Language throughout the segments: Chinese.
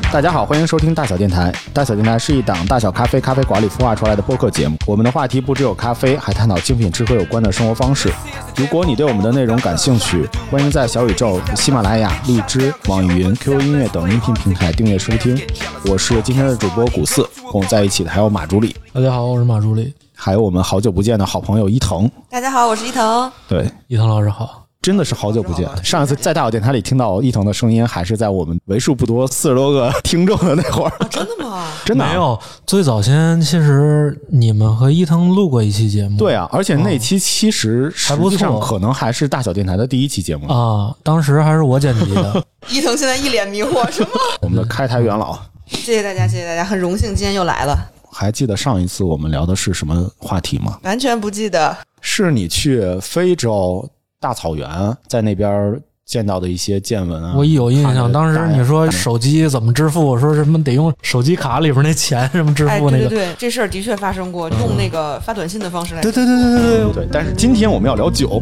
大家好，欢迎收听大小电台。大小电台是一档大小咖啡馆里孵化出来的播客节目。我们的话题不只有咖啡，还探讨精品吃喝有关的生活方式。如果你对我们的内容感兴趣，欢迎在小宇宙、喜马拉雅、荔枝、网易云、QQ 音乐等音频平台订阅收听。我是今天的主播古四，跟我在一起的还有马助理。 大家好，我是马助理。 还有我们好久不见的好朋友伊藤。 大家好，我是伊藤。 对， 伊藤老师好。 真的是好久不见。上一次在大小电台里听到伊藤的声音，还是在我们为数不多40多个听众的那会儿。 真的吗？ 真的、 没有。最早先其实你们和伊藤录过一期节目。 对啊，而且那期其实实际上可能还是大小电台的第一期节目啊，当时还是我剪辑的。 伊藤现在一脸迷惑，是吗？ 我们的开台元老。 谢谢大家，谢谢大家，很荣幸今天又来了。 还记得上一次我们聊的是什么话题吗？ 完全不记得。 是你去非洲大草原，在那边见到的一些见闻啊。 我一有印象，当时你说手机怎么支付，我说什么得用手机卡里边那钱什么支付那个。 对对对，这事儿的确发生过，用那个发短信的方式来。 对。但是今天我们要聊酒。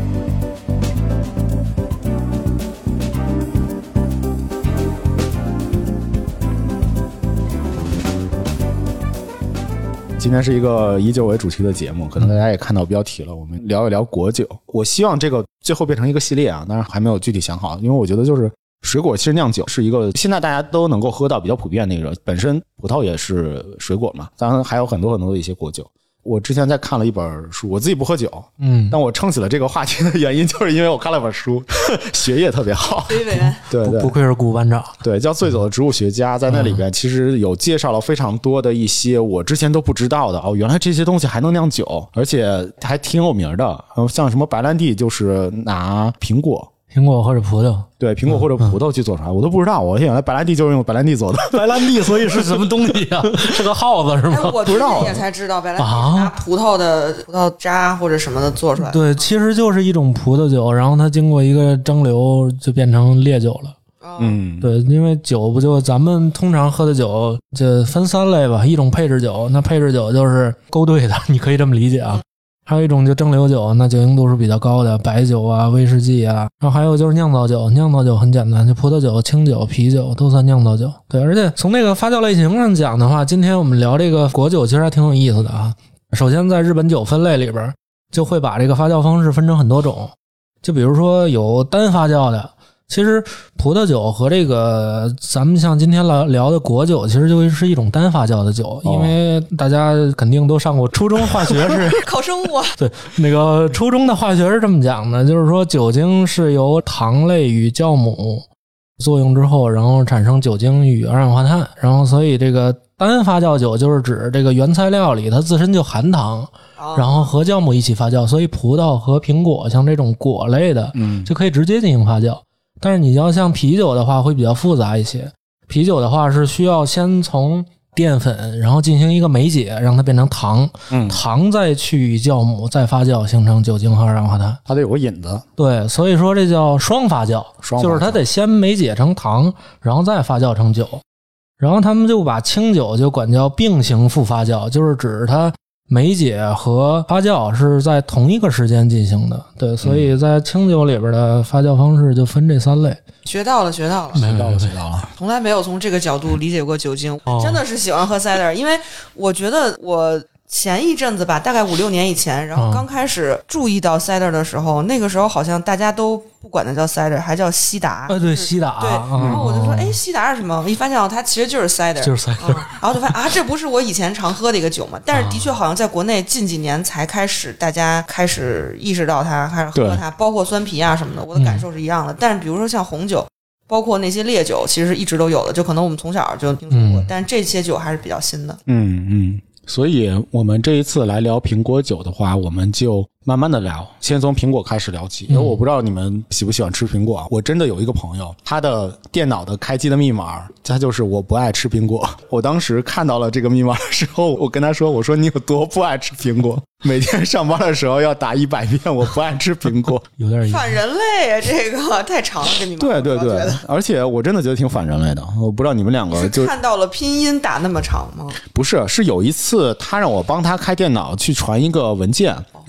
今天是一个以酒为主题的节目，可能大家也看到标题了，我们聊一聊果酒。我希望这个最后变成一个系列啊，当然还没有具体想好，因为我觉得就是水果其实酿酒是一个现在大家都能够喝到比较普遍的一个，本身葡萄也是水果嘛，当然还有很多的一些果酒。我之前在看了一本书，我自己不喝酒，但我撑起了这个话题的原因就是因为我看了一本书，学业特别好，对， 不愧是古班长， 对，叫《醉酒的植物学家》，在那里边其实有介绍了非常多的一些我之前都不知道的哦，原来这些东西还能酿酒，而且还挺有名的，像什么白兰地就是拿苹果或者葡萄， 对，苹果或者葡萄去做出来，我都不知道，我原来白兰地就是用白兰地做的。 白兰地所以是什么东西呀？是个耗子是吗？ 我不知道，也才知道白兰地是拿葡萄渣或者什么的做出来的。 对，其实就是一种葡萄酒，然后它经过一个蒸馏就变成烈酒了。对，因为酒不就咱们通常喝的酒就分3类吧，一种配制酒，那配制酒就是勾兑的，你可以这么理解啊。还有一种就蒸馏酒，那酒精度是比较高的，白酒啊、威士忌啊。然后还有就是酿造酒，酿造酒很简单，就葡萄酒、清酒、啤酒都算酿造酒。对，而且从那个发酵类型上讲的话，今天我们聊这个果酒其实还挺有意思的啊。首先在日本酒分类里边就会把这个发酵方式分成很多种，就比如说有单发酵的。其实葡萄酒和这个咱们像今天聊的果酒其实就是一种单发酵的酒，因为大家肯定都上过初中化学是考生物啊。 对，那个初中的化学是这么讲的，就是说酒精是由糖类与酵母作用之后，然后产生酒精与二氧化碳，然后所以这个单发酵酒就是指这个原材料里它自身就含糖，然后和酵母一起发酵，所以葡萄和苹果像这种果类的就可以直接进行发酵。但是你要像啤酒的话会比较复杂一些，啤酒的话是需要先从淀粉然后进行一个酶解，让它变成糖，糖再去与酵母再发酵形成酒精和二氧化碳， 它得有个引子。 对，所以说这叫双发酵，就是它得先酶解成糖然后再发酵成酒。然后他们就把清酒就管叫并行复发酵，就是指它酶解和发酵是在同一个时间进行的。对，所以在清酒里边的发酵方式就分这3类。 学到了。从来没有从这个角度理解过酒精，真的是喜欢喝 cider， 因为我觉得我前一阵子吧，大概5-6年以前，然后刚开始注意到 cider 的时候，那个时候好像大家都不管它叫 cider， 还叫西达。 对，西达。 对，然后我就说，西达是什么？我一发现它其实就是 cider， 就是 cider。 然后就发现这不是我以前常喝的一个酒嘛？但是的确好像在国内近几年才开始，大家开始意识到它，开始喝它，包括酸啤啊什么的，我的感受是一样的。但是比如说像红酒，包括那些烈酒，其实一直都有的，就可能我们从小就听说过，但这些酒还是比较新的。 所以我们这一次来聊苹果酒的话，我们就慢慢的聊，先从苹果开始聊起。因为我不知道你们喜不喜欢吃苹果啊。我真的有一个朋友，他的电脑的开机的密码，他就是我不爱吃苹果。我当时看到了这个密码的时候，我跟他说，我说你有多不爱吃苹果，每天上班的时候要打100遍我不爱吃苹果。 有点意思， 反人类啊，这个太长了，这密码。 对，而且我真的觉得挺反人类的。我不知道你们两个就看到了拼音打那么长吗？ 不是，是有一次他让我帮他开电脑去传一个文件，然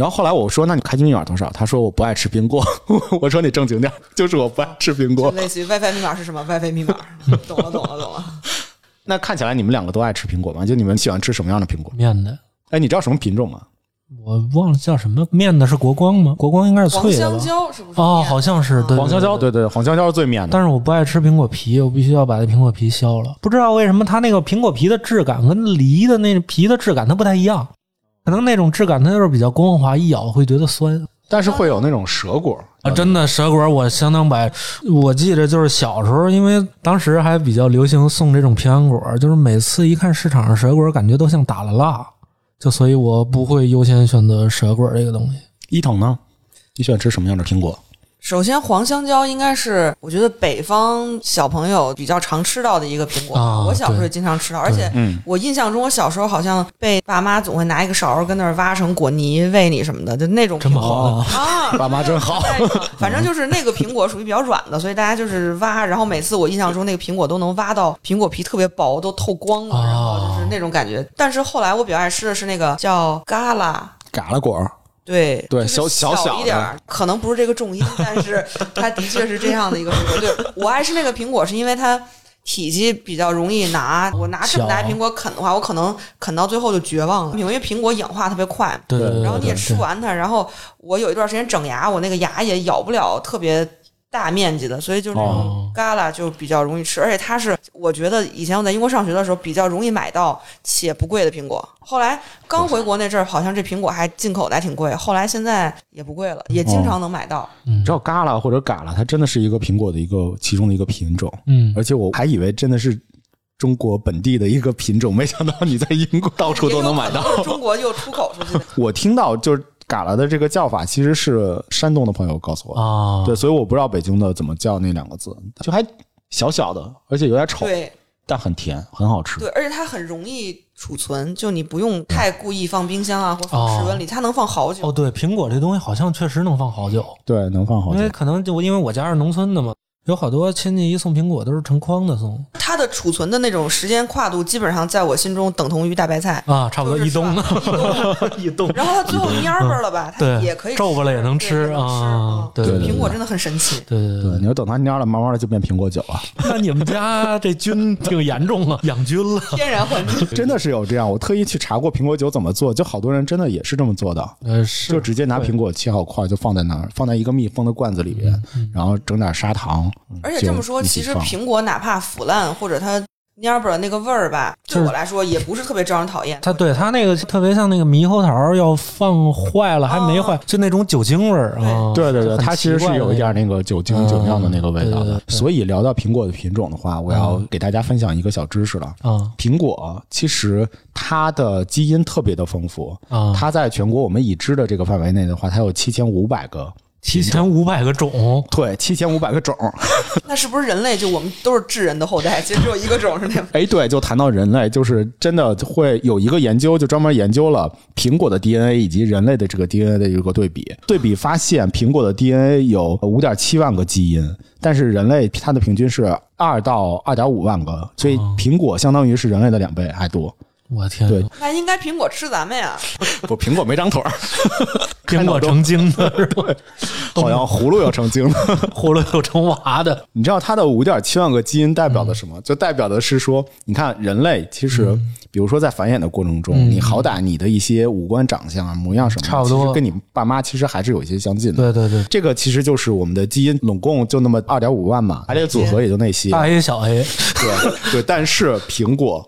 然后后来我说那你开机密码多少？他说我不爱吃苹果。我说你正经点，就是我不爱吃苹果。 类似于 WiFi 密码是什么 WiFi 密码？懂了。 那看起来你们两个都爱吃苹果吗？就你们喜欢吃什么样的苹果？ 面的。 哎，你知道什么品种吗？ 我忘了叫什么面的，是国光吗？国光应该是脆的吧。 黄香蕉是不是？ 哦，好像是。对， 黄香蕉，对，黄香蕉是最面的。 但是我不爱吃苹果皮，我必须要把那苹果皮削了。不知道为什么它那个苹果皮的质感跟梨的那皮的质感它不太一样，可能那种质感它就是比较光滑，一咬会觉得酸。 但是会有那种蛇果啊，真的蛇果我相当不爱。我记得就是小时候，因为当时还比较流行送这种平安果，就是每次一看市场上蛇果，感觉都像打了蜡。就所以我不会优先选择蛇果这个东西。 一筒呢？你喜欢吃什么样的苹果？ 首先黄香蕉应该是我觉得北方小朋友比较常吃到的一个苹果，我小时候也经常吃到，而且我印象中我小时候好像被爸妈总会拿一个勺跟那儿挖成果泥喂你什么的，就那种苹果啊， 爸妈真好。 反正就是那个苹果属于比较软的，所以大家就是挖，然后每次我印象中那个苹果都能挖到苹果皮特别薄，都透光了，然后就是那种感觉。但是后来我比较爱吃的是那个叫嘎啦果。 对， 小一点，可能不是这个重音，但是它的确是这样的一个苹果。对，我爱吃那个苹果是因为它体积比较容易拿，我拿这么大苹果啃的话，我可能啃到最后就绝望了，因为苹果氧化特别快， 对， 然后你也吃不完它，然后我有一段时间整牙，我那个牙也咬不了特别大面积的，所以就是那种嘎啦就比较容易吃，而且它是我觉得以前我在英国上学的时候比较容易买到且不贵的苹果。后来刚回国那阵儿，好像这苹果还进口的还挺贵，后来现在也不贵了，也经常能买到。 你知道嘎啦或者嘎啦，它真的是一个苹果的其中的一个品种，而且我还以为真的是中国本地的一个品种，没想到你在英国到处都能买到。 中国又出口出去的。 我听到就是嘎啦的这个叫法其实是山东的朋友告诉我的对，所以我不知道北京的怎么叫那两个字，就还小小的，而且有点丑， 对， 但很甜，很好吃。 对，而且它很容易储存，就你不用太故意放冰箱啊或放室温里，它能放好久。 对，苹果这东西好像确实能放好久。 对，能放好久。 因为可能因为我家是农村的嘛。有好多亲戚一送苹果都是成筐的送， 它的储存的那种时间跨度基本上在我心中等同于大白菜啊，差不多一冬一冬，然后它最后蔫巴了吧，它也可以皱巴了也能吃啊。对， 苹果真的很神奇。 对， 你要等它蔫了，慢慢的就变苹果酒了。 那你们家这菌挺严重啊，养菌了， 天然环境真的是有这样。我特意去查过苹果酒怎么做，就好多人真的也是这么做的。 是就直接拿苹果切好块就放在那儿，放在一个密封的罐子里边，然后整点砂糖。 而且这么说，其实苹果哪怕腐烂或者它蔫巴那个味儿吧，对我来说也不是特别招人讨厌。 它那个特别像那个猕猴桃要放坏了还没坏，就那种酒精味儿啊。 对，它其实是有一点那个酒精酒酿的那个味道的。所以聊到苹果的品种的话，我要给大家分享一个小知识了。苹果其实它的基因特别的丰富，它在全国我们已知的这个范围内的话，它有7500个。 7500个种， 对，7500个种。 那是不是人类就我们都是智人的后代？其实只有一个种是那样。 对，就谈到人类，就是真的会有一个研究，就专门研究了苹果的 DNA 以及人类的这个 DNA 的一个对比发现苹果的 DNA 有5.7万个基因，但是人类它的平均是2到2.5万个，所以苹果相当于是人类的2倍还多。 我天， 对， 那应该苹果吃咱们呀？ 不，苹果没长腿儿， 苹果成精的， 对，好像葫芦要成精的， 葫芦有成娃的。 你知道它的5.7万个基因代表的什么？就代表的是说，你看人类其实，比如说在繁衍的过程中，你好歹你的一些五官长相啊、模样什么的， 差不多， 其实跟你爸妈其实还是有一些相近的。 对， 这个其实就是我们的基因，总共就那么2.5万嘛，排列组合也就那些， 大 A 小 A。 对，但是苹果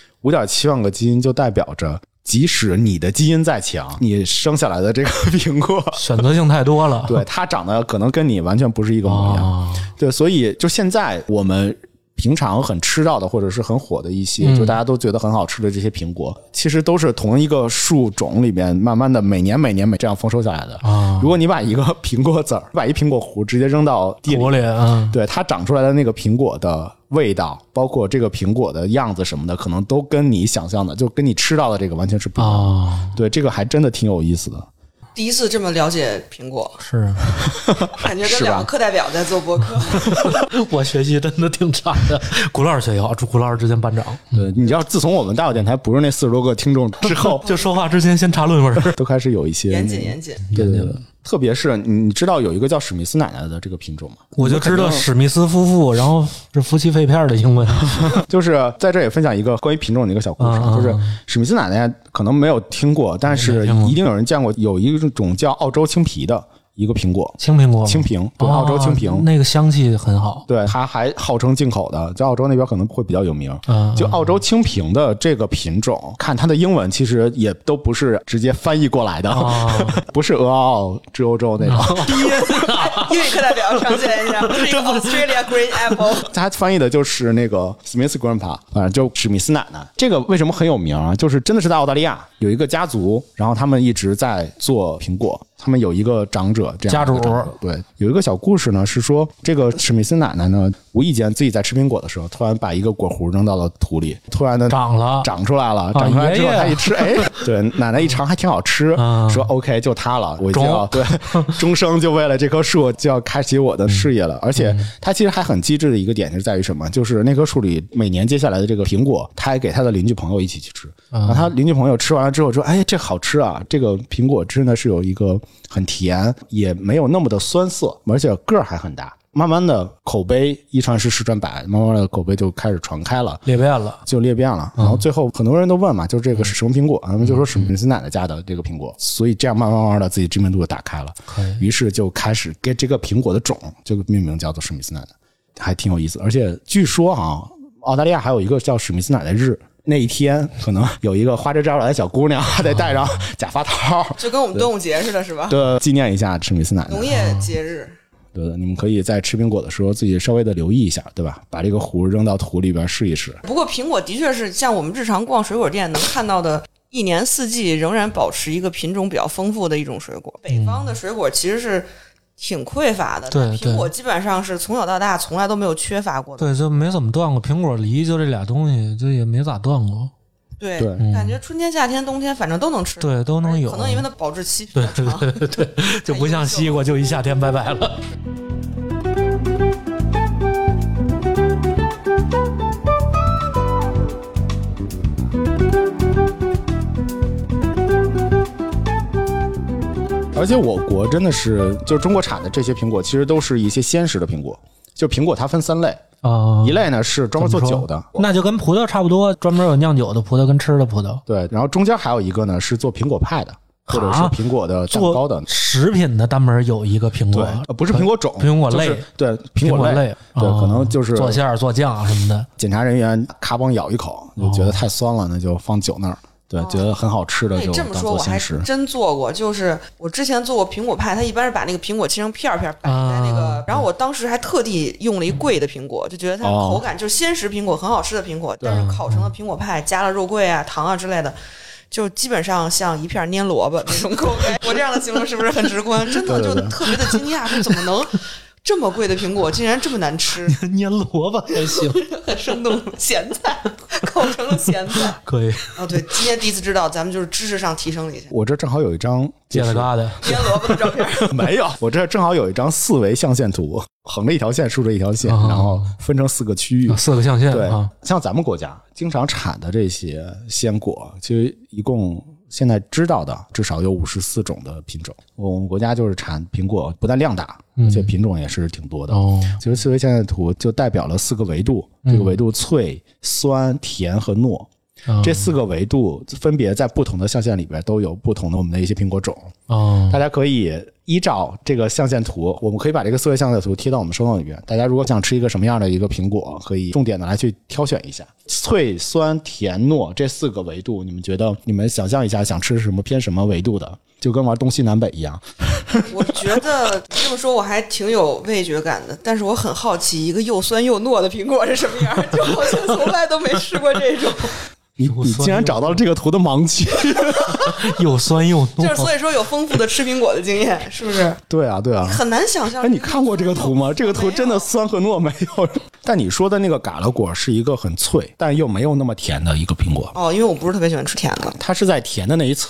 5.7万个基因就代表着，即使你的基因再强，你生下来的这个苹果选择性太多了， 对，它长得可能跟你完全不是一个模样。对，所以就现在我们平常很吃到的或者是很火的一些，就大家都觉得很好吃的这些苹果，其实都是同一个树种里面慢慢的每年这样丰收下来的。如果你把一个苹果籽儿，把一苹果核直接扔到地里，对，它长出来的那个苹果的味道，包括这个苹果的样子什么的，可能都跟你想象的，就跟你吃到的这个完全是不一样的。对，这个还真的挺有意思的。 第一次这么了解苹果， 是感觉跟两个课代表在做播客。 我学习真的挺差的。古老师学习好，祝古老师之前班长。 对，你知道自从我们大小电台不是那40多个听众之后， 就说话之前先查论文， 都开始有一些严谨。 对对对。特别是你知道有一个叫史密斯奶奶的这个品种吗？ 我就知道史密斯夫妇，然后是夫妻肺片的英文。 就是在这也分享一个关于品种的一个小故事，就是史密斯奶奶可能没有听过，但是一定有人见过，有一种叫澳洲青皮的一个苹果， 青苹果， 青苹，对，澳洲青苹， 那个香气很好。 对，它还号称进口的，在澳洲那边可能会比较有名。就澳洲青苹的这个品种，看它的英文其实也都不是直接翻译过来的，不是俄澳之欧洲那种。 英语课代表上线一下，是一个 Australia Green Apple。 它翻译的就是那个 Smith Grandpa， 反正就史密斯奶奶。这个为什么很有名啊？就是真的是在澳大利亚有一个家族，然后他们一直在做苹果。他们有一个长者，这样家主， 对，有一个小故事呢，是说这个史密斯奶奶呢，无意间自己在吃苹果的时候，突然把一个果核扔到了土里，突然呢长出来了，长出来之后她一吃，哎，对，奶奶一尝还挺好吃，说 OK 就它了，我就要对终生就为了这棵树就要开启我的事业了。而且它其实还很机智的一个点是在于什么？就是那棵树里每年接下来的这个苹果，他还给他的邻居朋友一起去吃，然后他邻居朋友吃完了之后说，哎，这好吃啊，这个苹果真的是有一个很甜，也没有那么的酸涩，而且个儿还很大。慢慢的口碑一传十，十传百，慢慢的口碑就开始传开了， 裂变了。 然后最后很多人都问嘛，就是这个是什么苹果？他们就说史密斯奶奶家的这个苹果，所以这样慢慢的自己知名度就打开了。于是就开始给这个苹果的种这个命名叫做史密斯奶奶，还挺有意思。而且据说澳大利亚还有一个叫史密斯奶奶日。那一天可能有一个花枝招展的小姑娘还得戴上假发套， 就跟我们端午节似的，是吧？ 对，纪念一下史密斯奶奶。 农业节日。 对的，你们可以在吃苹果的时候自己稍微的留意一下，对吧？把这个核扔到土里边试一试。 不过苹果的确是像我们日常逛水果店能看到的，一年四季仍然保持一个品种比较丰富的一种水果。北方的水果其实是挺匮乏的， 对， 苹果基本上是从小到大从来都没有缺乏过的。 对，就没怎么断过。苹果、梨就这俩东西，就也没咋断过。 对，感觉春天、夏天、冬天反正都能吃， 对，都能有。 可能因为它保质期比较长，对，就不像西瓜，就一夏天拜拜了。 而且我国真的是，就中国产的这些苹果，其实都是一些鲜食的苹果。就苹果它分3类。一类呢是专门做酒的， 那就跟葡萄差不多，专门有酿酒的葡萄跟吃的葡萄。 对，然后中间还有一个呢是做苹果派的，或者是苹果的蛋糕的。 食品的单门有一个苹果， 不是苹果种， 苹果类， 对，苹果类，对，可能就是做馅儿、做酱什么的。 检查人员咔嘣咬一口，就觉得太酸了，那就放酒那儿。对，觉得很好吃的就这么说，我还真做过。就是我之前做过苹果派，它一般是把那个苹果切成片摆在那个，然后我当时还特地用了一贵的苹果，就觉得它口感就是鲜食苹果，很好吃的苹果，但是烤成了苹果派，加了肉桂啊、糖啊之类的，就基本上像一片蔫萝卜那种口感。我这样的形容是不是很直观？真的就特别的惊讶，说怎么能这么贵的苹果竟然这么难吃？ 蔫萝卜还行， 很生动，咸菜烤成了咸菜， 可以。 哦，对，今天第一次知道，咱们就是知识上提升了一下。 我这正好有一张芥子疙瘩蔫萝卜的照片， 没有，我这正好有一张4维象限图，横着一条线，竖着一条线，然后分成4个区域 ，4个象限。 对，像咱们国家经常产的这些鲜果，其实一共现在知道的至少有54种的品种。我们国家就是产苹果，不但量大，而且品种也是挺多的。其实4维象限图就代表了4个维度，这个维度脆、酸、甜和糯。这4个维度分别在不同的象限里边都有不同的我们的一些苹果种。大家可以依照这个象限图，我们可以把这个4维象限图贴到我们收纳里边。大家如果想吃一个什么样的一个苹果，可以重点的来去挑选一下。脆、酸、甜、糯这4个维度，你们觉得你们想象一下想吃什么偏什么维度的，就跟玩东西南北一样。 我觉得这么说我还挺有味觉感的，但是我很好奇一个又酸又糯的苹果是什么样，就好像从来都没吃过这种。 你竟然找到了这个图的盲区， 又酸又糯， 就是所以说有丰富的吃苹果的经验，是不是？ 对啊，对啊， 很难想象。 哎，你看过这个图吗？这个图真的酸和糯没有。但你说的那个嘎啦果是一个很脆，但又没有那么甜的一个苹果。 哦，因为我不是特别喜欢吃甜的。 它是在甜的那一侧，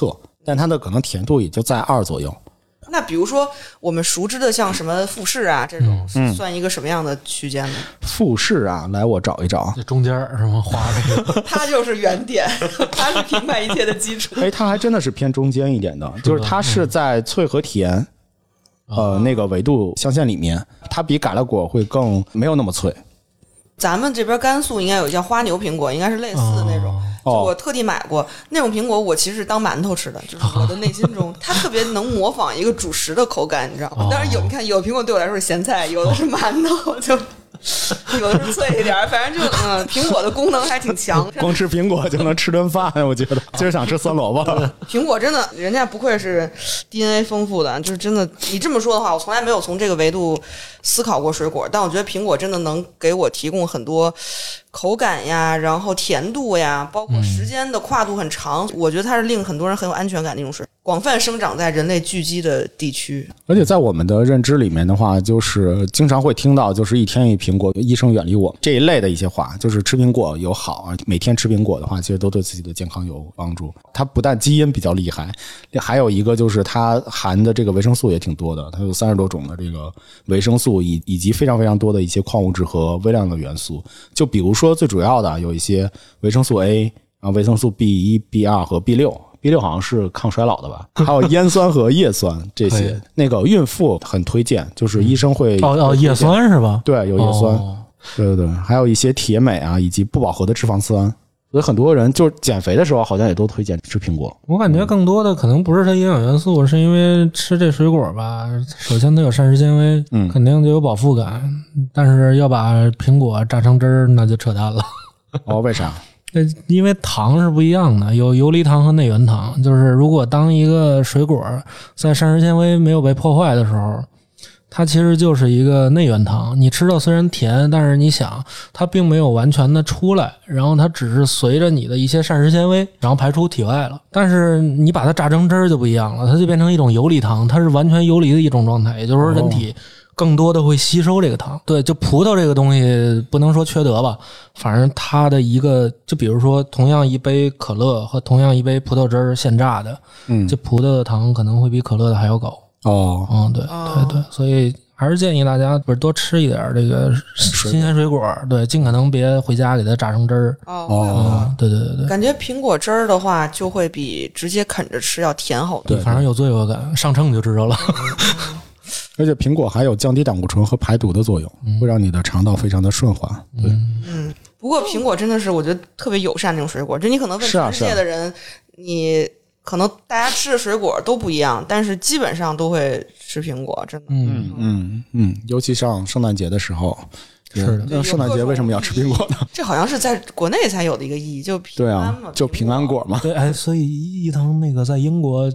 但它的可能甜度也就在2左右。 那比如说我们熟知的像什么富士啊这种，算一个什么样的区间呢？ 富士啊，来我找一找， 这中间什么花这个， 它就是原点，它是评判一切的基础。 它还真的是偏中间一点的，就是它是在脆和甜，那个纬度象限里面，它比嘎拉果会更没有那么脆。 咱们这边甘肃应该有叫花牛苹果，应该是类似的那种。就我特地买过那种苹果，我其实当馒头吃的，就是我的内心中，它特别能模仿一个主食的口感，你知道吗？当然你看有苹果对我来说是咸菜，有的是馒头，就有的是脆一点，反正就苹果的功能还挺强。 光吃苹果就能吃顿饭，我觉得今儿想吃酸萝卜。 苹果真的，人家不愧是 DNA 丰富的，就是真的。你这么说的话，我从来没有从这个维度思考过水果，但我觉得苹果真的能给我提供很多口感呀，然后甜度呀，包括时间的跨度很长，我觉得它是令很多人很有安全感的一种水果，广泛生长在人类聚集的地区。 而且在我们的认知里面的话，就是经常会听到就是1天1苹果，医生远离我这一类的一些话，就是吃苹果有好，每天吃苹果的话，其实都对自己的健康有帮助。它不但基因比较厉害，还有一个就是它含的这个维生素也挺多的，它有30多种的这个维生素以及非常非常多的一些矿物质和微量的元素。就比如说最主要的有一些维生素 A， 然后维生素 B1、B2 和 B6。B6 好像是抗衰老的吧，还有烟酸和叶酸这些。那个孕妇很推荐，就是医生会叶酸是吧？ 对，有叶酸，对，还有一些铁镁啊，以及不饱和的脂肪酸。所以很多人就减肥的时候好像也都推荐吃苹果。 我感觉更多的可能不是它营养元素，是因为吃这水果吧，首先它有膳食纤维，肯定就有饱腹感，但是要把苹果榨成汁儿那就扯淡了。 为啥？ 因为糖是不一样的，有游离糖和内源糖。就是如果当一个水果在膳食纤维没有被破坏的时候，它其实就是一个内源糖。你吃到虽然甜，但是你想它并没有完全的出来，然后它只是随着你的一些膳食纤维然后排出体外了。但是你把它榨成汁儿就不一样了，它就变成一种游离糖，它是完全游离的一种状态，也就是说人体更多的会吸收这个糖。对，就葡萄这个东西不能说缺德吧，反正它的一个，就比如说同样一杯可乐和同样一杯葡萄汁儿现榨的，这葡萄的糖可能会比可乐的还要高。对，所以还是建议大家不是多吃一点这个新鲜水果，对，尽可能别回家给它榨成汁儿。对， 感觉苹果汁儿的话就会比直接啃着吃要甜好多。 对，反正有罪恶感，上秤就知道了。 而且苹果还有降低胆固醇和排毒的作用，会让你的肠道非常的顺滑。对， 不过苹果真的是我觉得特别友善那种水果，就你可能问全世界的人，你可能大家吃的水果都不一样，但是基本上都会吃苹果，真的。 尤其上圣诞节的时候。 是的， 那圣诞节为什么要吃苹果呢？ 这好像是在国内才有的一个意义，就平安嘛， 就平安果嘛。 对，所以伊藤那个在英国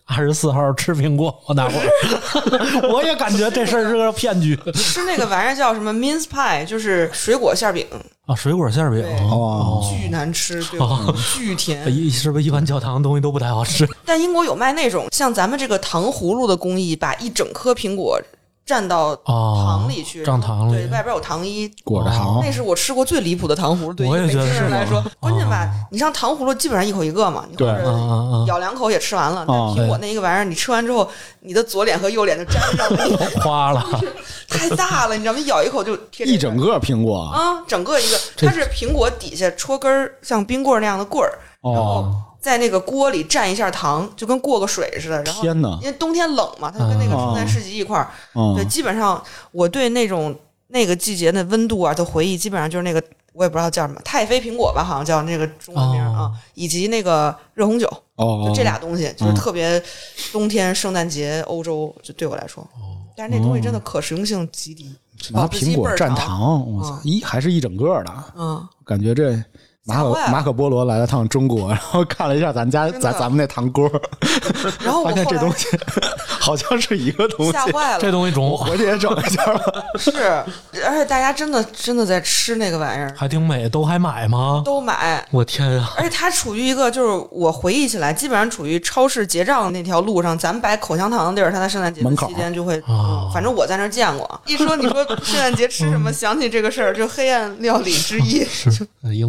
24号吃苹果，我那会儿我也感觉这事儿是个骗局。 吃那个玩意儿叫什么 mince pie， 就是水果馅饼啊，水果馅饼巨难吃，对吧？巨甜， 是不是一般焦糖的东西都不太好吃？ 但英国有卖那种像咱们这个糖葫芦的工艺，把一整颗苹果蘸到糖里去， 胀糖里， 对，外边有糖衣裹着糖， 那是我吃过最离谱的糖葫芦。对于北京人来说，关键吧，你像糖葫芦基本上一口一个嘛，你或者咬2口也吃完了。但苹果那一个玩意儿，你吃完之后，你的左脸和右脸就沾上了， 花了， 太大了，你知道吗？咬一口就贴一整个苹果啊，整个一个，它是苹果底下戳根像冰棍那样的棍儿，然后在那个锅里蘸一下糖，就跟过个水似的。然后天哪， 因为冬天冷嘛，它跟那个圣诞市集一块儿。对，基本上我对那个季节的温度啊的回忆，基本上就是那个我也不知道叫什么太妃苹果吧，好像叫那个中文名啊，以及那个热红酒。就这俩东西，就是特别冬天圣诞节欧洲，就对我来说。但是那东西真的可食用性极低。 拿苹果蘸糖，我操，还是一整个的。感觉这。马可波罗来了趟中国，然后看了一下咱们那糖锅， 然后发现这东西好像是一个东西， 吓坏了。 这东西中， 我回去也整一下吧。 是，而且大家真的在吃那个玩意儿， 还挺美，都还买吗？ 都买。 我天啊！ 而且它处于一个，就是我回忆起来，基本上处于超市结账那条路上，咱们摆口香糖的地儿，它在圣诞节期间就会，反正我在那儿见过。一说你说圣诞节吃什么，想起这个事儿，就黑暗料理之一。 是英国人民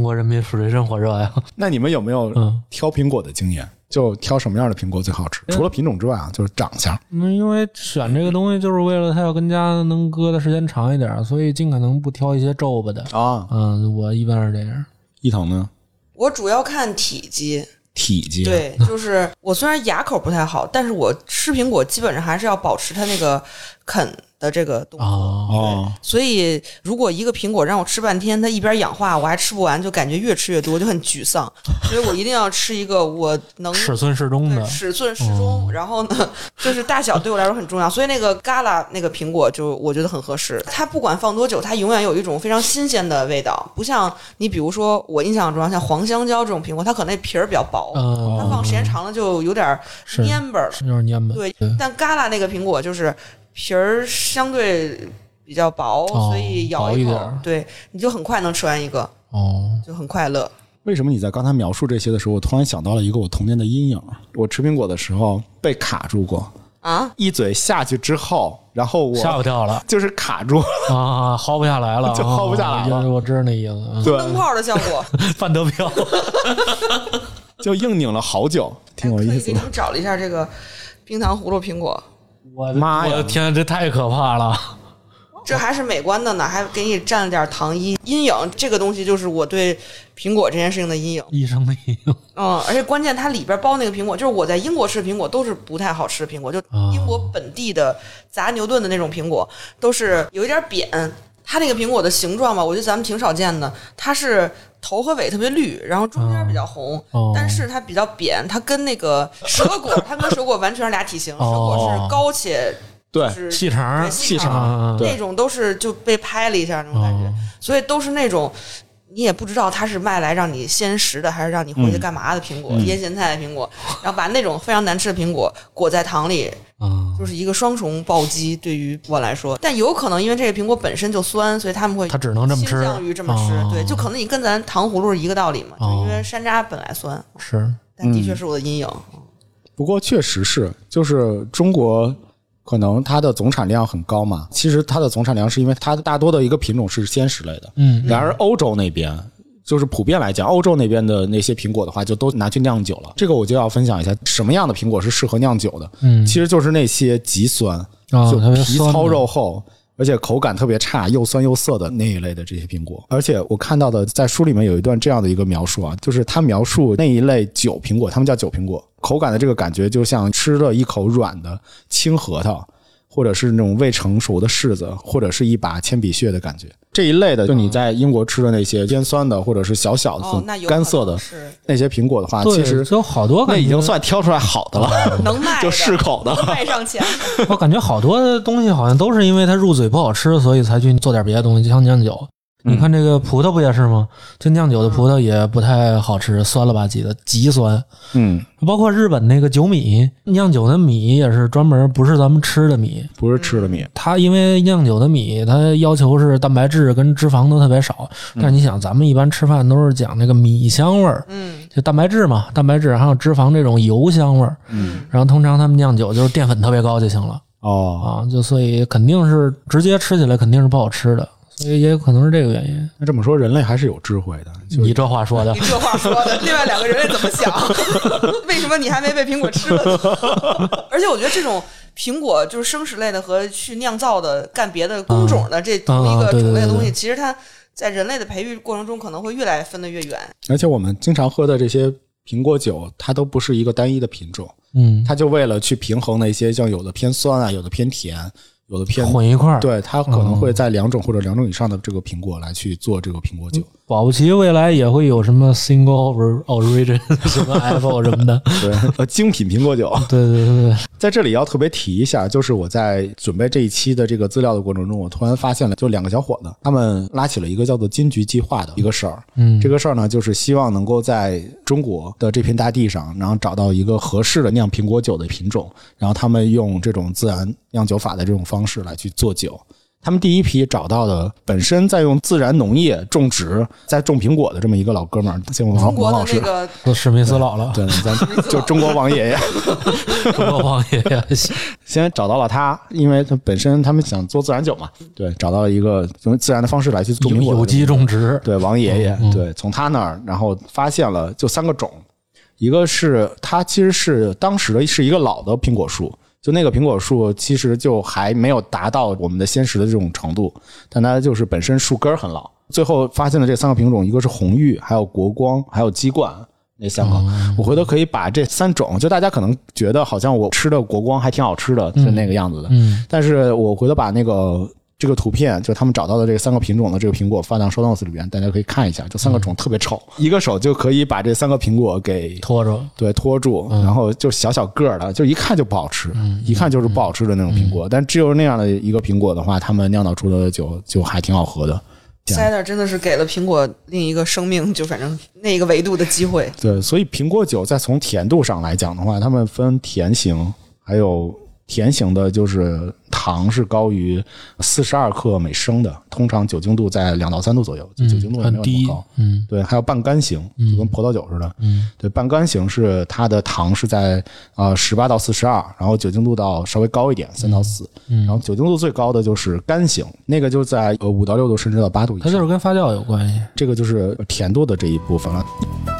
水深火热呀。 那你们有没有挑苹果的经验？就挑什么样的苹果最好吃？除了品种之外啊，就是长相。 因为选这个东西就是为了它要跟家能搁的时间长一点，所以尽可能不挑一些皱巴的啊。我一般是这样。 一腾呢？ 我主要看体积。 体积对，就是我虽然牙口不太好，但是我吃苹果基本上还是要保持它那个啃的这个动作。所以如果一个苹果让我吃半天，它一边氧化我还吃不完，就感觉越吃越多，就很沮丧。所以我一定要吃一个我能尺寸适中的， 尺寸适中。然后呢，就是大小对我来说很重要。所以那个嘎啦那个苹果就我觉得很合适，它不管放多久，它永远有一种非常新鲜的味道。不像你比如说我印象中像黄香蕉这种苹果，它可能那皮儿比较薄，它放时间长了就有点蔫巴了， 有点蔫巴。 对，但嘎啦那个苹果就是皮儿相对比较薄，所以咬一口，对，你就很快能吃完一个，就很快乐。 为什么你在刚才描述这些的时候，我突然想到了一个我童年的阴影？我吃苹果的时候被卡住过啊！ 一嘴下去之后，然后我吓我跳了， 就是卡住啊，薅不下来了， 就薅不下来了。 我知道那意思， 对， 灯泡的效果， 范德彪， 就硬拧了好久，挺有意思的。 给你们找了一下这个冰糖葫芦苹果， 我的妈呀！我的天，这太可怕了。 这还是美观的呢，还给你蘸了点糖衣。阴影这个东西就是我对苹果这件事情的阴影， 一生的阴影。 而且关键它里边包那个苹果，就是我在英国吃的苹果都是不太好吃的苹果，就英国本地的砸牛顿的那种苹果都是有一点扁。它那个苹果的形状吧，我觉得咱们挺少见的，它是头和尾特别绿，然后中间比较红，但是它比较扁，它跟那个蛇果，它跟蛇果完全是俩体型，蛇果是高且。 对， 细长那种都是就被拍了一下那种感觉，所以都是那种你也不知道它是卖来让你鲜食的，还是让你回去干嘛的苹果，腌咸菜的苹果，然后把那种非常难吃的苹果裹在糖里，就是一个双重暴击对于我来说。但有可能因为这个苹果本身就酸，所以他们会它只能这么吃，倾向于这么吃。对，就可能你跟咱糖葫芦是一个道理嘛，就因为山楂本来酸， 是， 但的确是我的阴影。 不过确实是，就是中国。可能它的总产量很高嘛，其实它的总产量是因为它大多的一个品种是鲜食类的，然而欧洲那边就是普遍来讲，欧洲那边的那些苹果的话就都拿去酿酒了。这个我就要分享一下什么样的苹果是适合酿酒的，其实就是那些极酸，就皮糙肉厚，而且口感特别差，又酸又涩的那一类的这些苹果。而且我看到的在书里面有一段这样的一个描述啊，就是他描述那一类酒苹果，他们叫酒苹果，口感的这个感觉就像吃了一口软的青核桃，或者是那种未成熟的柿子，或者是一把铅笔屑的感觉。这一类的就你在英国吃的那些偏酸的或者是小小的干涩的那些苹果的话，其实有好多那已经算挑出来好的了， 能卖就适口的卖上钱。 我感觉好多东西好像都是因为它入嘴不好吃，所以才去做点别的东西，就像酿酒。你看这个葡萄不也是吗？就酿酒的葡萄也不太好吃，酸了吧唧的，极酸。包括日本那个酒米，酿酒的米也是专门不是咱们吃的米， 不是吃的米。 它因为酿酒的米，它要求是蛋白质跟脂肪都特别少。但是你想，咱们一般吃饭都是讲那个米香味儿，就蛋白质嘛，蛋白质还有脂肪这种油香味儿。然后通常他们酿酒就是淀粉特别高就行了。就所以肯定是直接吃起来肯定是不好吃的。所以也有可能是这个原因。 那这么说，人类还是有智慧的。 你这话说的， 你这话说的，另外两个人类怎么想？为什么你还没被苹果吃了？而且我觉得这种苹果就是生食类的和去酿造的、干别的工种的这同一个种类的东西，其实它在人类的培育过程中可能会越来分得越远。 而且我们经常喝的这些苹果酒，它都不是一个单一的品种，它就为了去平衡那些像有的偏酸啊，有的偏甜。有的偏混一块儿， 对，它可能会在2种或者2种以上的这个苹果来去做这个苹果酒。 保不齐未来也会有什么 single origin 什么 apple 什么的， 对，精品苹果酒。 对， 在这里要特别提一下，就是我在准备这一期的这个资料的过程中，我突然发现了，就2个小伙子，他们拉起了一个叫做金桔计划的一个事儿。这个事儿呢，就是希望能够在中国的这片大地上，然后找到一个合适的酿苹果酒的品种，然后他们用这种自然酿酒法的这种方式来去做酒。 他们第一批找到的本身在用自然农业种植，在种苹果的这么一个老哥们儿，姓王老师， 史密斯老了， 对，咱就中国王爷爷， 中国王爷爷。 先找到了他，因为他本身他们想做自然酒嘛，对，找到了一个用自然的方式来去种苹果， 有机种植， 对，王爷爷，对，从他那儿，然后发现了就3个种，一个是它其实是当时的是一个老的苹果树。就那个苹果树其实就还没有达到我们的鲜食的这种程度，但它就是本身树根很老。最后发现的这3个品种，一个是红玉，还有国光，还有鸡冠，那3个。我回头可以把这3种，就大家可能觉得好像我吃的国光还挺好吃的，是那个样子的。但是我回头把这个图片，就他们找到的这3个品种的这个苹果放到 show notes 里边，大家可以看一下。就3个种特别丑，一个手就可以把这3个苹果给拖住， 对，拖住，然后就小小个的，就一看就不好吃，一看就是不好吃的那种苹果。但只有那样的一个苹果的话，他们酿造出的酒就还挺好喝的。 Cider 真的是给了苹果另一个生命，就反正那一个维度的机会。 对，所以苹果酒再从甜度上来讲的话，他们分甜型，还有甜型的就是糖是高于42克每升的，通常酒精度在2到3度左右，酒精度也没有那么高。对，还有半干型，就跟葡萄酒似的。对，半干型是它的糖是在18到42，然后酒精度到稍微高一点，3到4。然后酒精度最高的就是干型，那个就在5到6度甚至到8度以上。 它就是跟发酵有关系。 这个就是甜度的这一部分了。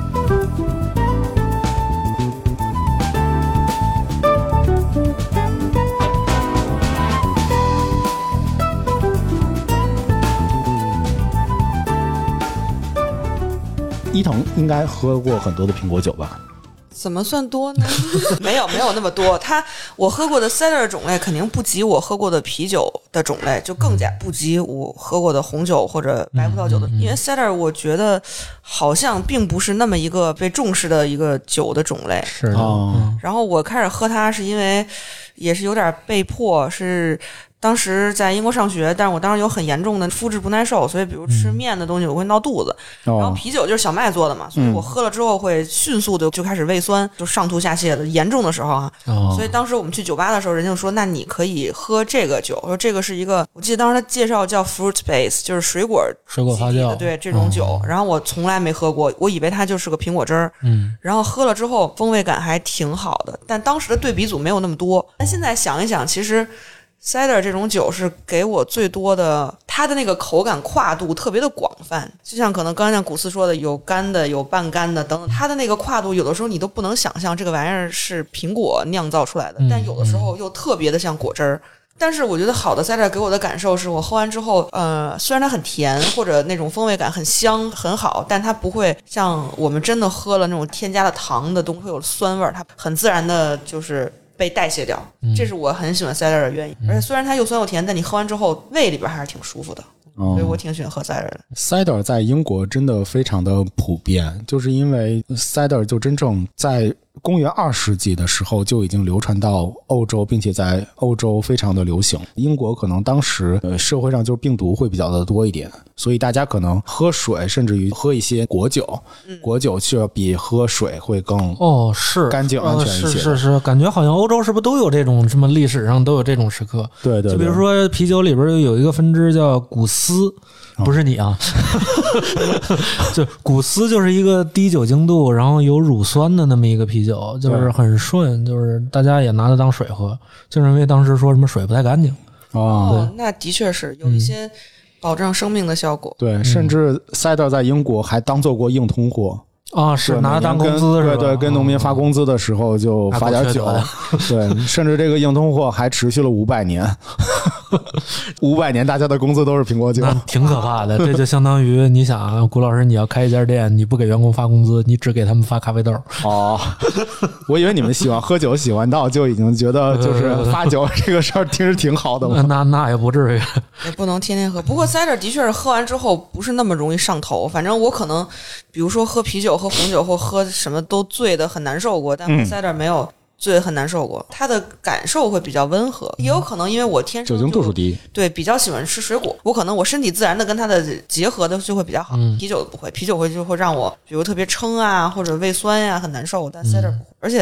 伊藤应该喝过很多的苹果酒吧？ 怎么算多呢？没有那么多。我喝过的 cider 种类肯定不及我喝过的啤酒的种类，就更加不及我喝过的红酒或者白葡萄酒的。因为 cider 我觉得好像并不是那么一个被重视的一个酒的种类。 是的。 然后我开始喝它是因为也是有点被迫，是当时在英国上学，但是我当时有很严重的肤质不耐受，所以比如吃面的东西我会闹肚子。然后啤酒就是小麦做的嘛，所以我喝了之后会迅速的就开始胃酸，就上吐下泻的，严重的时候啊。所以当时我们去酒吧的时候，人家就说那你可以喝这个酒，说这个是一个，我记得当时他介绍叫 fruit base， 就是水果发酵的， 对，这种酒。然后我从来没喝过，我以为它就是个苹果汁儿。然后喝了之后风味感还挺好的，但当时的对比组没有那么多。但现在想一想，其实cider 这种酒是给我最多的，它的那个口感跨度特别的广泛，就像可能刚才像古斯说的，有干的有半干的等等，它的那个跨度有的时候你都不能想象这个玩意儿是苹果酿造出来的，但有的时候又特别的像果汁儿。但是我觉得好的 cider 给我的感受是我喝完之后虽然它很甜或者那种风味感很香很好，但它不会像我们真的喝了那种添加了糖的东西会有酸味，它很自然的就是被代谢掉，这是我很喜欢 cider 的原因。而且虽然它又酸又甜，但你喝完之后胃里边还是挺舒服的，所以我挺喜欢喝 cider 的。 cider 在英国真的非常的普遍，就是因为 cider 就真正在公元2世纪的时候就已经流传到欧洲，并且在欧洲非常的流行。英国可能当时社会上就是病毒会比较的多一点，所以大家可能喝水甚至于喝一些果酒，果酒是比喝水会更是干净安全一些。 是，感觉好像欧洲是不是都有这种什么历史上都有这种时刻？ 对， 就比如说啤酒里边有一个分支叫古斯。不是你啊，就古斯就是一个低酒精度，然后有乳酸的那么一个啤酒，就是很顺，就是大家也拿它当水喝，就认为当时说什么水不太干净。 那的确是有一些保障生命的效果。 对，甚至 cider 在英国还当做过硬通货。 是拿它当工资是吧？ 对，跟农民发工资的时候就发点酒。对，甚至这个硬通货还持续了500年。500年大家的工资都是苹果酒， 那挺可怕的。这就相当于你想，古老师你要开一家店，你不给员工发工资，你只给他们发咖啡豆。 我以为你们喜欢喝酒喜欢到就已经觉得就是发酒这个事儿听着挺好的。 那也不至于， 也不能天天喝。不过 cider 的确是喝完之后不是那么容易上头，反正我可能比如说喝啤酒喝红酒或喝什么都醉得很难受过，但喝 cider 没有醉得很难受过，它的感受会比较温和。也有可能因为我天生酒精度数低， 对，比较喜欢吃水果，我身体自然的跟它的结合的就会比较好。啤酒不会，啤酒就会让我比如特别撑啊或者胃酸呀很难受，但 cider 不会。而且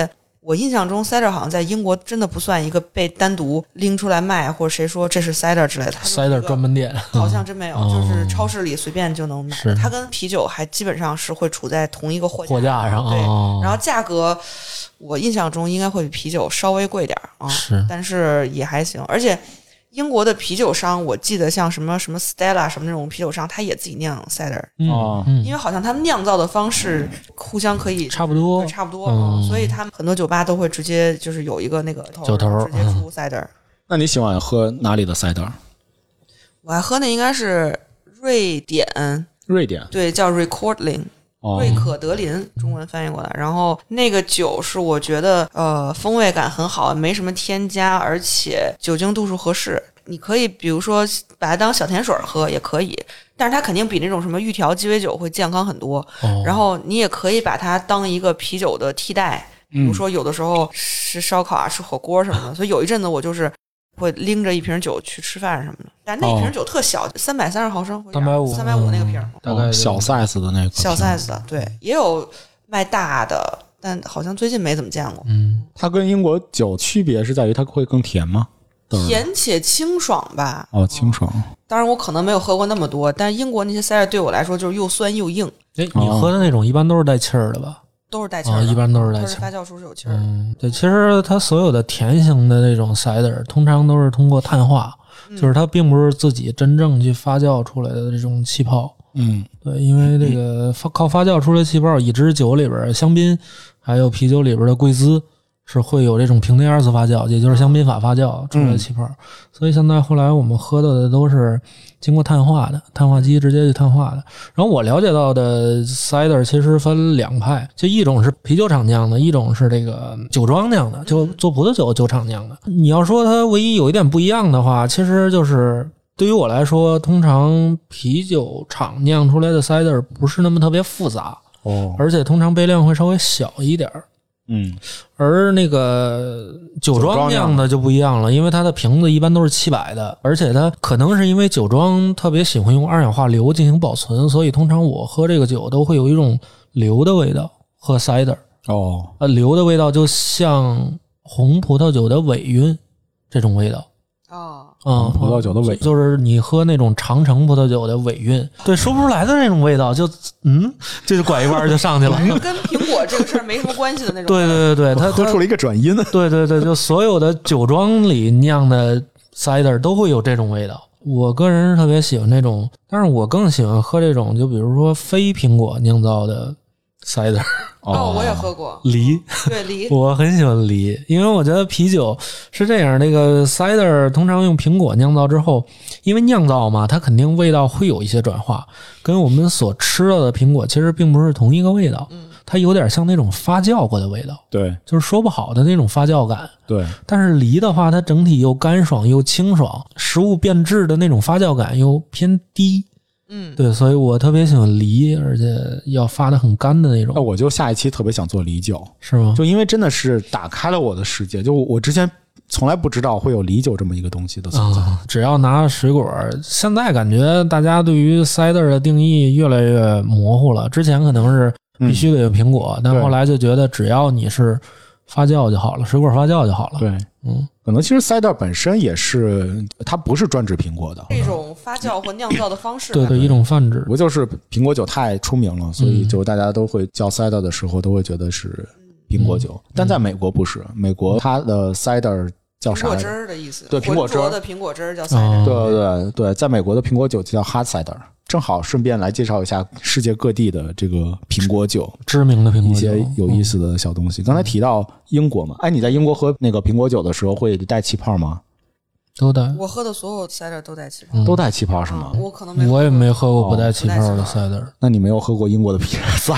我印象中 cider 好像在英国真的不算一个被单独拎出来卖，或者谁说这是 cider 之类的。 cider 专门店好像真没有，就是超市里随便就能买。它跟啤酒还基本上是会处在同一个货架上， 对。然后价格，我印象中应该会比啤酒稍微贵点啊，但是也还行。而且英国的啤酒商，我记得像什么 Stella 什么那种啤酒商，他也自己酿 cider，因为好像他们酿造的方式互相可以差不多， 所以他们很多酒吧都会直接就是有一个那个酒头直接出 cider。 那你喜欢喝哪里的 cider？ 我还喝那应该是瑞典，对，叫 Recordling。瑞可德林中文翻译过来，然后那个酒是我觉得风味感很好，没什么添加，而且酒精度数合适。你可以比如说把它当小甜水喝也可以，但是它肯定比那种什么预调鸡尾酒会健康很多。然后你也可以把它当一个啤酒的替代，比如说有的时候吃烧烤啊、吃火锅什么的。所以有一阵子我就是会拎着一瓶酒去吃饭什么的，但那瓶酒特小，330毫升，350那个瓶， 大概小 size 的那个， 小 size 的，对，也有卖大的，但好像最近没怎么见过。 它跟英国酒区别是在于它会更甜吗？ 甜且清爽吧。 清爽。 当然我可能没有喝过那么多，但英国那些 cider 对我来说就是又酸又硬。 你喝的那种一般都是带气儿的吧？ 都是带气儿的， 一般都是带气儿， 发酵出是有气儿的。 对，其实它所有的甜型的那种 cider 通常都是通过碳化，就是它并不是自己真正去发酵出来的这种气泡。对，因为这个靠发酵出来的气泡，已知酒里边香槟还有啤酒里边的贵滋是会有这种平内二次发酵，也就是香槟法发酵出来的气泡。所以现在后来我们喝的都是经过碳化的，碳化机直接去碳化的。然后我了解到的 cider 其实分两派，就一种是啤酒厂酿的，一种是这个酒庄酿的，就做葡萄酒酒厂酿的。你要说它唯一有一点不一样的话，其实就是对于我来说，通常啤酒厂酿出来的 cider 不是那么特别复杂，而且通常杯量会稍微小一点。而那个酒庄酿的就不一样了，因为它的瓶子一般都是700的，而且它可能是因为酒庄特别喜欢用二氧化硫进行保存，所以通常我喝这个酒都会有一种硫的味道。喝 cider 硫的味道就像红葡萄酒的尾韵这种味道。 葡萄酒的尾韵就是你喝那种长城葡萄酒的尾韵，对，说不出来的那种味道，就拐一弯就上去了， 跟苹果这个事儿没什么关系的那种。 对，它喝出了一个转音。 对，就所有的酒庄里酿的 cider 都会有这种味道。我个人是特别喜欢这种，但是我更喜欢喝这种，就比如说非苹果酿造的 cider。 我也喝过梨， 对梨， 我很喜欢梨，因为我觉得啤酒是这样，那个 cider 通常用苹果酿造之后，因为酿造嘛，它肯定味道会有一些转化，跟我们所吃到的苹果其实并不是同一个味道，它有点像那种发酵过的味道， 对， 就是说不好的那种发酵感， 对。 但是梨的话，它整体又干爽又清爽，食物变质的那种发酵感又偏低。对，所以我特别喜欢梨，而且要发的很干的那种。 那我就下一期特别想做梨酒， 是吗？ 就因为真的是打开了我的世界，就我之前从来不知道会有梨酒这么一个东西的存在。 只要拿水果，现在感觉大家对于 cider 的定义越来越模糊了。之前可能是必须得有苹果，但后来就觉得只要你是发酵就好了，水果发酵就好了。 对，可能其实 cider 本身也是，它不是专指苹果的， 这种发酵或酿造的方式。 对，一种泛指。 不就是苹果酒太出名了，所以就大家都会叫 cider 的时候都会觉得是苹果酒，但在美国不是，美国它的 cider 叫啥？ 苹果汁儿的意思。 对，苹果汁的苹果汁儿叫 cider。 对，在美国的苹果酒就叫 hard cider。正好顺便来介绍一下世界各地的这个苹果酒， 知名的苹果酒， 一些有意思的小东西。刚才提到英国嘛，你在英国喝那个苹果酒的时候会带气泡吗？ 都带。 我喝的所有 cider 都带气泡， 都带气泡是吗？ 我可能没， 我也没喝过不带气泡的 cider。 那你没有喝过英国的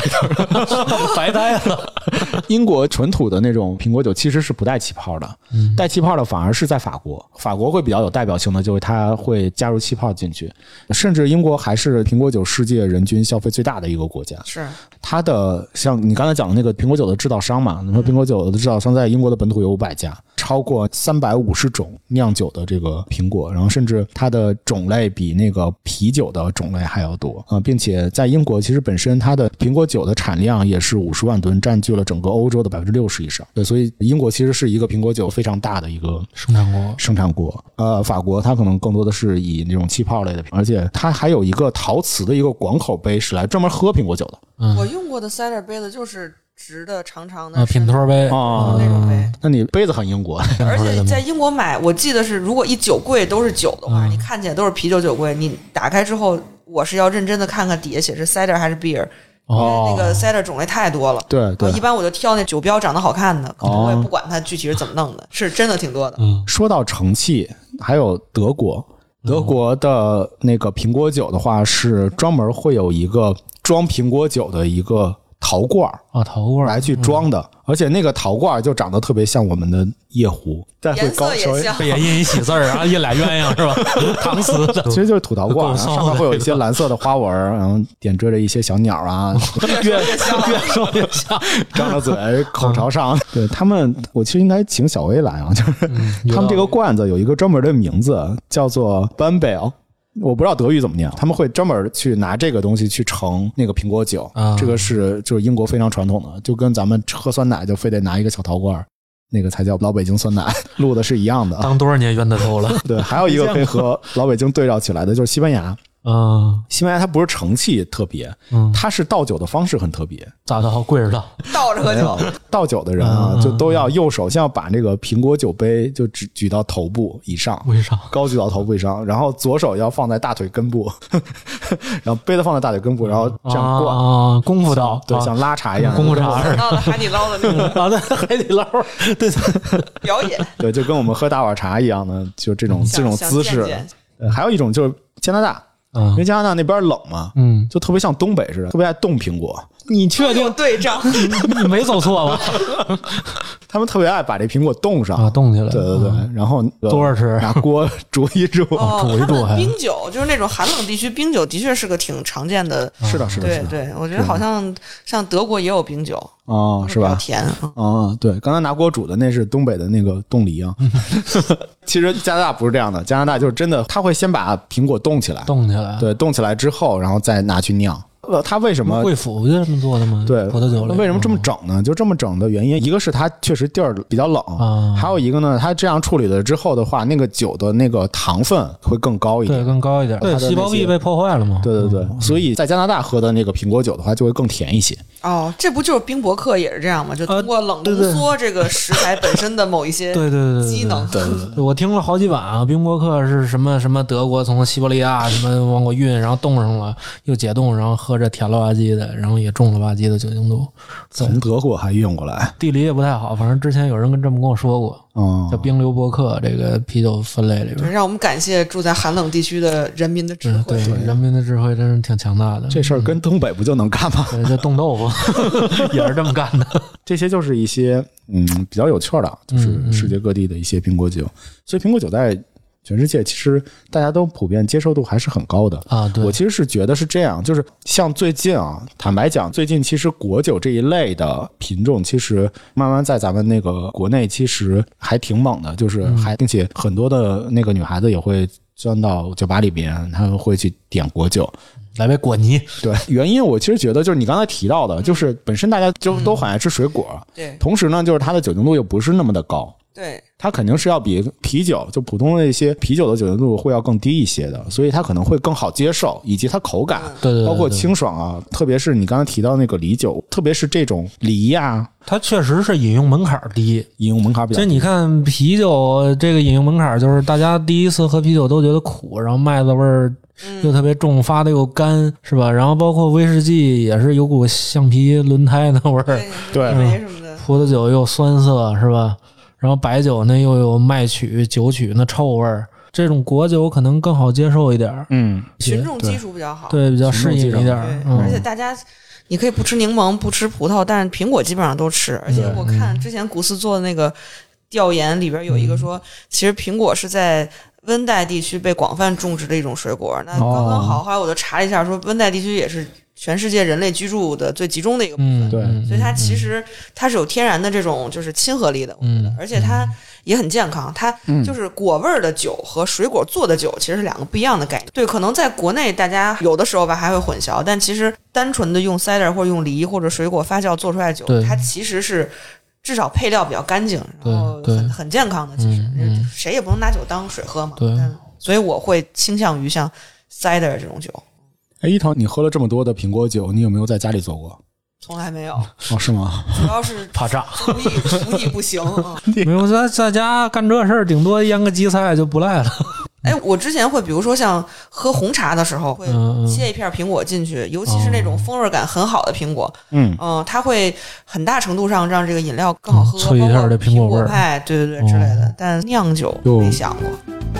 cider， 白带了。 英国纯土的那种苹果酒其实是不带气泡的，带气泡的反而是在法国，法国会比较有代表性的，就是它会加入气泡进去，甚至英国还是苹果酒世界人均消费最大的一个国家。 是它的像你刚才讲的那个苹果酒的制造商嘛，那么苹果酒的制造商在英国的本土有500家，超过350种酿酒的这个苹果，然后甚至它的种类比那个啤酒的种类还要多并且在英国其实本身它的苹果酒的产量也是50万吨，占据了整个欧洲的60%以上。对，所以英国其实是一个苹果酒非常大的一个生产国。法国它可能更多的是以那种气泡类的，而且它还有一个陶瓷的一个广口杯是来专门喝苹果酒的。 我用过的 cider 杯子就是直的长长的品托杯那种杯。 那你杯子很英国。 而且在英国买，我记得是如果一酒柜都是酒的话，你看起来都是啤酒酒柜，你打开之后我是要认真的看看底下写是 cider 还是 beer，因为那个 cider 种类太多了。 对对， 一般我就挑那酒标长得好看的，我也不管它具体是怎么弄的，是真的挺多的。 说到成器，还有德国的那个苹果酒的话，是专门会有一个装苹果酒的一个陶罐陶罐来去装的，而且那个陶罐就长得特别像我们的夜壶，但会高稍微也印一喜字儿，印俩鸳鸯是吧？搪瓷的， 其实就是土陶罐，上面会有一些蓝色的花纹，然后点缀着一些小鸟啊， 越说越像， 张着嘴，口朝上。对他们，我其实应该请小薇来啊，就是他们这个罐子有一个专门的名字，叫做 Bambeil。我不知道德语怎么念，他们会专门去拿这个东西去盛那个苹果酒，这个是就是英国非常传统的，就跟咱们喝酸奶就非得拿一个小陶罐，那个才叫老北京酸奶，录的是一样的。 当多少年冤大头了？ 对，还有一个可以和老北京对照起来的就是西班牙。西班牙它不是盛器特别，它是倒酒的方式很特别。 咋倒？跪着倒， 倒着喝酒。 倒酒的人啊，就都要右手先要把这个苹果酒杯就举到头部以上，高举到头部以上，然后左手要放在大腿根部，然后杯子放在大腿根部，然后这样灌。 功夫倒， 对，像拉茶一样。 功夫茶似的。海底捞的那个。 对，海底捞，对表演。 对，就跟我们喝大碗茶一样的，就这种姿势。还有一种就是加拿大。因为加拿大那边冷嘛，就特别像东北似的，特别爱冻苹果。 你确定对账？ 你没走错吧？ 他们特别爱把这苹果冻上冻起来。 对对对，然后多少吃？ 拿锅煮一煮， 煮一煮。 冰酒就是那种寒冷地区，冰酒的确是个挺常见的。 是的，是的。 对对，我觉得好像像德国也有冰酒是吧？ 甜对，刚才拿锅煮的那是东北的那个冻梨啊。其实加拿大不是这样的，加拿大就是真的，他会先把苹果冻起来，对，冻起来之后，然后再拿去酿。他为什么贵府就这么做的吗？ 对， 葡萄酒为什么这么整呢？就这么整的原因，一个是它确实地儿比较冷还有一个呢，它这样处理了之后的话，那个酒的那个糖分会更高一点， 对，更高一点，对，细胞壁被破坏了嘛。 对对对，所以在加拿大喝的那个苹果酒的话，就会更甜一些。 这不就是冰博克也是这样吗？就通过冷浓缩这个食材本身的某一些机能。 对， 我听了好几版啊，冰博克是什么什么德国从西伯利亚什么往过运，然后冻上了又解冻，然后喝着甜了吧唧的，然后也重了吧唧的酒精度， 从德国还运过来， 地理也不太好，反正之前有人这么跟我说过。叫冰流伯克这个啤酒分类里边， 让我们感谢住在寒冷地区的人民的智慧。 对，人民的智慧真是挺强大的。 这事儿跟东北不就能干吗？ 对，就冻豆腐也是这么干的。 这些就是一些比较有趣的，就是世界各地的一些苹果酒。所以苹果酒在全世界其实大家都普遍接受度还是很高的对， 我其实是觉得是这样，就是像最近坦白讲，最近其实果酒这一类的品种其实慢慢在咱们那个国内其实还挺猛的，就是并且很多的那个女孩子也会钻到酒吧里边，他们会去点果酒。 来杯果泥。 对，原因我其实觉得就是你刚才提到的，就是本身大家就都很爱吃水果， 对， 同时呢，就是它的酒精度又不是那么的高。 对， 它肯定是要比啤酒就普通的一些啤酒的酒精度会要更低一些的，所以它可能会更好接受，以及它口感， 对， 包括清爽特别是你刚才提到那个梨酒，特别是这种梨它确实是饮用门槛低， 饮用门槛比较低。 就你看啤酒这个饮用门槛，就是大家第一次喝啤酒都觉得苦，然后麦子味儿又特别重，发的又干，是吧？然后包括威士忌也是有股橡皮轮胎的味儿， 对， 什么的。 葡萄酒又酸涩，是吧？然后白酒呢又有麦曲、酒曲那臭味儿，这种果酒可能更好接受一点。 群众基础比较好， 对，比较适应一点。 而且大家你可以不吃柠檬、不吃葡萄，但是苹果基本上都吃。而且我看之前古斯做的那个调研里边有一个说，其实苹果是在温带地区被广泛种植的一种水果。那刚刚好，后来我就查了一下，说温带地区也是全世界人类居住的最集中的一个部分， 对， 所以它其实它是有天然的这种就是亲和力的，我觉得，而且它也很健康，它就是果味的酒和水果做的酒其实是两个不一样的概念。对，可能在国内大家有的时候吧还会混淆，但其实单纯的用 cider 或者用梨或者水果发酵做出来的酒，它其实是至少配料比较干净，然后很健康的。其实谁也不能拿酒当水喝嘛。对，所以我会倾向于像 cider 这种酒。 哎，一桃，你喝了这么多的苹果酒，你有没有在家里做过？ 从来没有。 哦，是吗？ 主要是怕炸， 厨艺不行。 没有在家干这事儿，顶多腌个荠菜就不赖了。 哎，我之前会比如说像喝红茶的时候，会切一片苹果进去，尤其是那种风味感很好的苹果，它会很大程度上让这个饮料更好喝， 脆一点的苹果味派，对对对之类的。但酿酒没想过。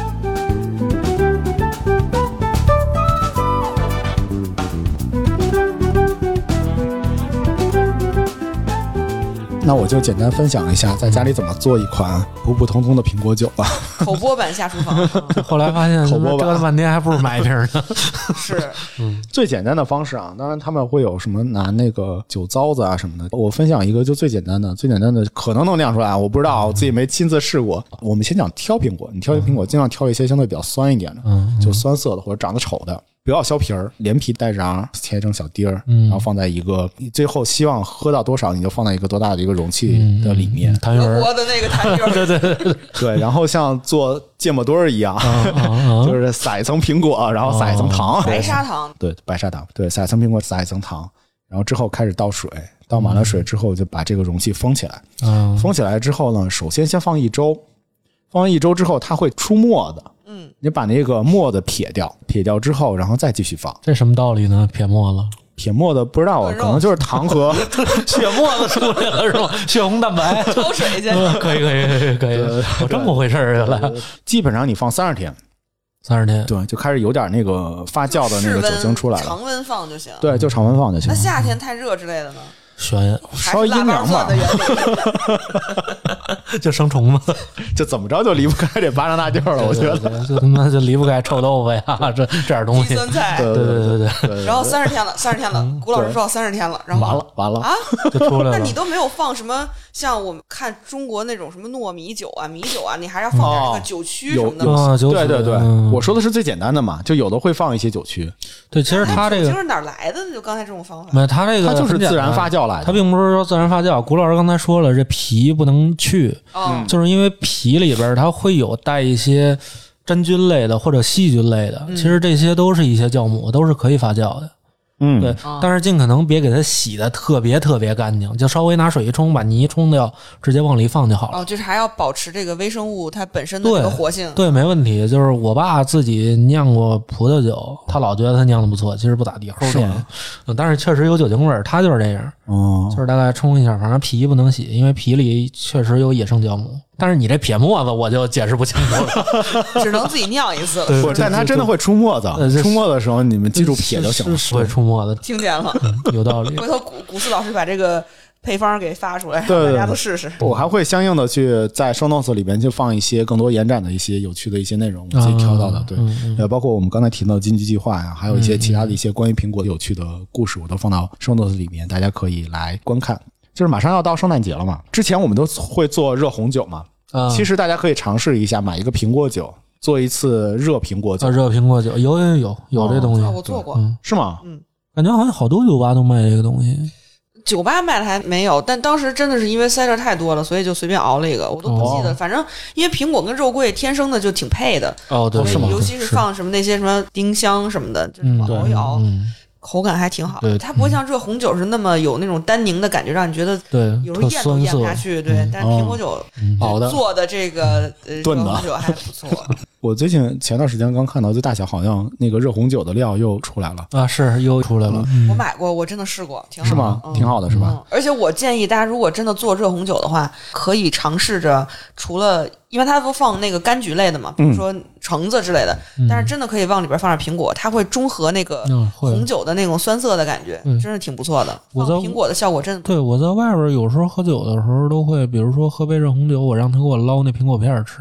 那我就简单分享一下在家里怎么做一款普普通通的苹果酒吧。 口播版下厨房。 后来发现折腾半天还不如买一瓶呢。 是， 最简单的方式啊，当然他们会有什么拿那个酒糟子啊什么的。我分享一个就最简单的可能能酿出来，我不知道，我自己没亲自试过。我们先讲挑苹果，你挑一苹果尽量挑一些相对比较酸一点的，就酸涩的或者长得丑的。不要削皮儿，连皮带瓤切成小丁儿，然后放在一个你最后希望喝到多少，你就放在一个多大的一个容器的里面。 坛圆德国的那个坛圆， 对，然后像做芥末墩儿一样，就是撒一层苹果，然后撒一层糖， 白砂糖， 对，白砂糖，对，撒一层苹果，撒一层糖，然后之后开始倒水，倒满了水之后就把这个容器封起来。封起来之后呢，首先放一周，放完一周之后它会出沫子。你把那个沫子撇掉之后，然后再继续放。 这什么道理呢？撇沫子？ 撇沫子不知道，可能就是糖和血沫子出来了是吧？血红蛋白抽水去。 可以，我这么回事儿原来。 基本上你放30天 ，30天， 对，就开始有点那个发酵的那个酒精出来了。 常温放就行。 对，就常温放就行。 那夏天太热之类的呢？ 悬稍微阴凉吧， 就生虫子， 就怎么着就离不开这巴掌大劲儿了。我觉得就他妈就离不开臭豆腐呀，这点东西。 酸菜， 对。 然后30天了，谷老师说30天了，然后完了啊， 就出来了。 那你都没有放什么？像我们看中国那种什么糯米酒啊、米酒啊，你还要放点那个酒曲什么的吗？ 对，我说的是最简单的嘛，就有的会放一些酒曲。 对，其实它这个就是哪儿来的？就刚才这种方法？ 没有，它这个它就是自然发酵。 它并不是说自然发酵，谷老师刚才说了，这皮不能去，就是因为皮里边它会有带一些真菌类的或者细菌类的，其实这些都是一些酵母，都是可以发酵的。对，但是尽可能别给它洗的特别干净，就稍微拿水一冲，把泥冲掉，直接往里放就好了。 就是还要保持这个微生物它本身的这个活性。 对，没问题。就是我爸自己酿过葡萄酒，他老觉得他酿的不错，其实不咋地，齁甜。但是确实有酒精味儿，他就是这样。就是大概冲一下，反正皮不能洗，因为皮里确实有野生酵母。但是你这撇沫子我就解释不清楚了， 只能自己酿一次。 但它真的会出沫子，出沫子的时候你们记住撇就行了。 是会出沫子， 听见了， 有道理。 回头古四老师把这个配方给发出来，大家都试试。 我还会相应的去在 show notes 里边就放一些更多延展的一些有趣的一些内容，我自己挑到的。对，包括我们刚才提到的经济计划呀，还有一些其他的一些关于苹果有趣的故事，我都放到 show notes 里面，大家可以来观看。就是马上要到圣诞节了嘛，之前我们都会做热红酒嘛。其实大家可以尝试一下，买一个苹果酒，做一次热苹果酒。 热苹果酒有这东西， 我做过， 是吗？ 感觉好像好多酒吧都卖这个东西。 酒吧卖的还没有，但当时真的是因为cider太多了，所以就随便熬了一个，我都不记得。反正因为苹果跟肉桂天生的就挺配的。 对，是吗？ 尤其是放什么那些什么丁香什么的，就是熬一熬。口感还挺好，它不会像热红酒是那么有那种单宁的感觉，让你觉得有时候咽都咽不下去。对，但是苹果酒做的这个热红酒还不错。 我最近前段时间刚看到，就大小好像那个热红酒的料又出来了啊，是又出来了。 我买过，我真的试过，挺好。 是吗？挺好的，是吧？ 而且我建议大家，如果真的做热红酒的话，可以尝试着除了。因为它不放那个柑橘类的嘛，比如说橙子之类的，但是真的可以往里边放点苹果，它会中和那个红酒的那种酸涩的感觉，真是挺不错的。放苹果的效果真的。 对，我在外边有时候喝酒的时候都会，比如说喝杯热红酒，我让他给我捞那苹果片吃。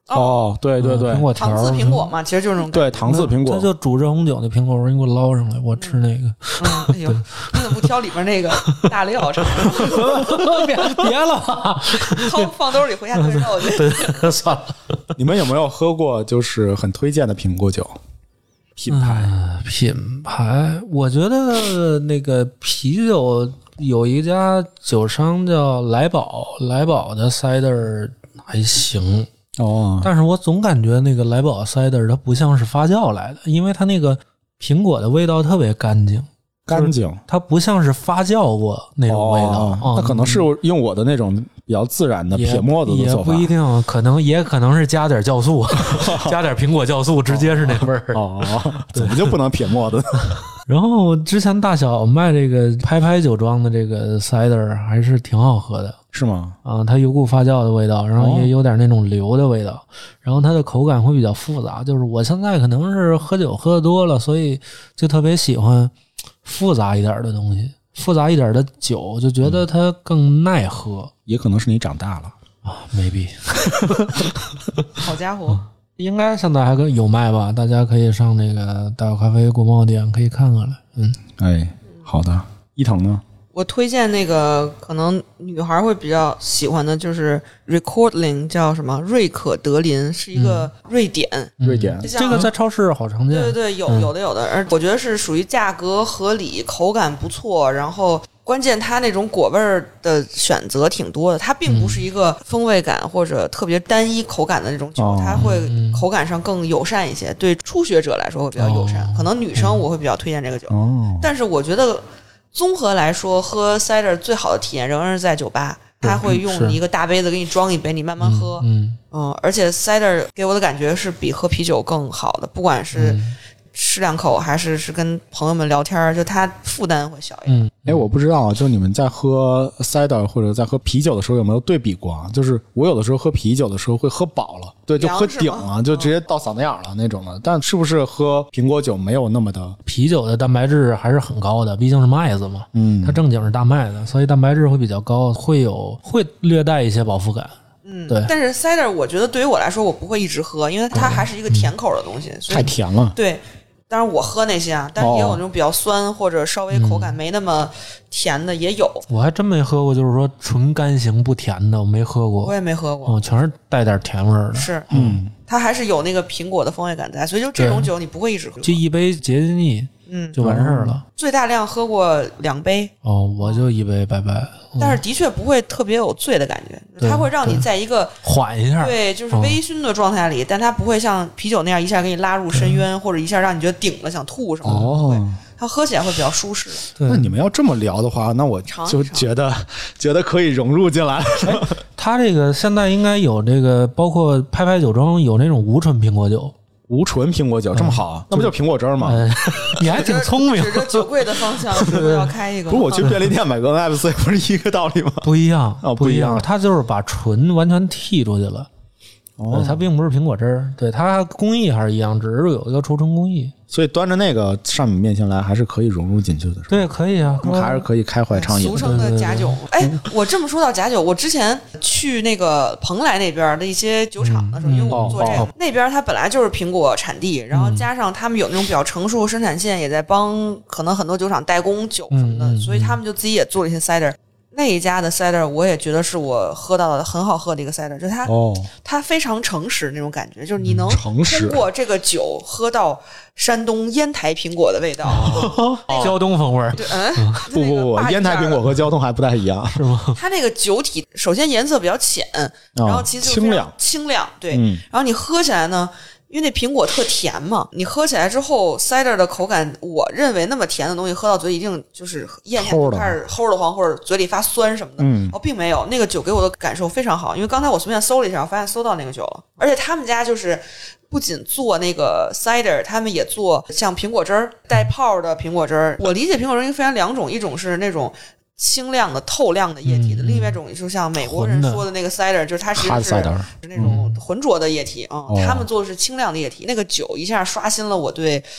哦，对对对， 苹果条糖渍苹果嘛，其实就是那种对糖渍苹果， 它就煮热红酒那苹果，我说你给我捞上来，我吃那个。 哎呦，你怎么不挑里边那个大料尝尝？ 别了吧， 放兜里回家炖肉去。 对，算了。 你们有没有喝过就是很推荐的苹果酒品牌？ 品牌，我觉得那个啤酒有一家酒商叫来宝，来宝的 cider 还行。 哦， 但是我总感觉那个来宝 cider 它不像是发酵来的，因为它那个苹果的味道特别干净，它不像是发酵过那种味道。 那可能是用我的那种比较自然的撇沫子的做法， 也不一定，也可能是加点酵素，加点苹果酵素，直接是那味儿。 哦，怎么就不能撇沫子？ 然后之前大小卖这个拍酒庄的这个 cider 还是挺好喝的。 是吗？ 啊，它有股发酵的味道，然后也有点那种硫的味道，然后它的口感会比较复杂。就是我现在可能是喝酒喝的多了，所以就特别喜欢复杂一点的东西，复杂一点的酒，就觉得它更耐喝。 也可能是你长大了啊 ，maybe。 好家伙， 应该现在还有卖吧？大家可以上那个大有咖啡国贸店可以看看来。 哎，好的。伊藤呢？ 我推荐那个可能女孩会比较喜欢的，就是 Riesling， 叫什么瑞可德林，是一个瑞典。 这个在超市好常见。 对对，有的，而我觉得是属于价格合理，口感不错，然后关键它那种果味儿的选择挺多的，它并不是一个风味感或者特别单一口感的那种酒，它会口感上更友善一些，对初学者来说会比较友善。可能女生我会比较推荐这个酒，但是我觉得综合来说，喝 cider 最好的体验仍然是在酒吧，他会用一个大杯子给你装一杯，你慢慢喝。而且 cider 给我的感觉是比喝啤酒更好的，不管是吃两口还是跟朋友们聊天，就它负担会小一点。 我不知道，就你们在喝 cider 或者在喝啤酒的时候有没有对比过啊？就是我有的时候喝啤酒的时候会喝饱了，对，就喝顶了，就直接到嗓子眼了那种的。但是不是喝苹果酒没有那么的？ 啤酒的蛋白质还是很高的，毕竟是麦子嘛，它正经是大麦的，所以蛋白质会比较高，会略带一些饱腹感。对。 但是 cider 我觉得对于我来说，我不会一直喝，因为它还是一个甜口的东西，所以太甜了。 对。当然我喝那些啊，但是也有那种比较酸或者稍微口感没那么甜的也有。 我还真没喝过，就是说纯干型不甜的，我没喝过。 我也没喝过， 全是带点甜味儿的。 是，它还是有那个苹果的风味感在，所以就这种酒你不会一直喝， 就一杯解解腻，就完事儿了。 最大量喝过2杯。 我就一杯拜拜。 但是的确不会特别有醉的感觉，它会让你在一个缓一下， 对，就是微醺的状态里，但它不会像啤酒那样一下给你拉入深渊，或者一下让你觉得顶了想吐什么的。它喝起来会比较舒适。 那你们要这么聊的话，那我就觉得可以融入进来。 它这个现在应该有这个，包括拍酒庄有那种无醇苹果酒。 无醇苹果酒这么好啊？那不就苹果汁吗？ 你还挺聪明。 指着酒柜的方向，是不是要开一个？ 不是我去便利店买个 NFC 不是一个道理吗？ 不一样不一样。 它就是把醇完全剔出去了。它并不是苹果汁儿，对，它工艺还是一样，只是有一个储存工艺。 所以端着那个上面面前来，还是可以融入进去的。 对，可以啊， 还是可以开怀畅饮。 俗称的假酒。我这么说到假酒，我之前去那个蓬莱那边的一些酒厂的时候，因为我们做这个，那边它本来就是苹果产地，然后加上他们有那种比较成熟的生产线，也在帮可能很多酒厂代工酒什么的，所以他们就自己也做了一些 cider。那一家的 cider 我也觉得是我喝到的很好喝的一个 cider， 就是它非常诚实那种感觉，就是你能通过这个酒喝到山东烟台苹果的味道， 胶东风味儿。 对， 不，烟台苹果和胶东还不太一样， 是吗？ 它那个酒体首先颜色比较浅，然后其次清亮，对，然后你喝起来呢。因为那苹果特甜嘛，你喝起来之后 cider 的口感，我认为那么甜的东西喝到嘴里一定就是咽下就开始齁得慌，或者嘴里发酸什么的。并没有，那个酒给我的感受非常好，因为刚才我随便搜了一下，我发现搜到那个酒了。而且他们家就是不仅做那个 cider， 他们也做像苹果汁儿带泡的苹果汁儿。我理解苹果汁儿应该分成2种，一种是那种清亮的透亮的液体的，另外一种就像美国人说的那个 cider， 就是它其实是那种浑浊的液体啊。他们做的是清亮的液体，那个酒一下刷新了我对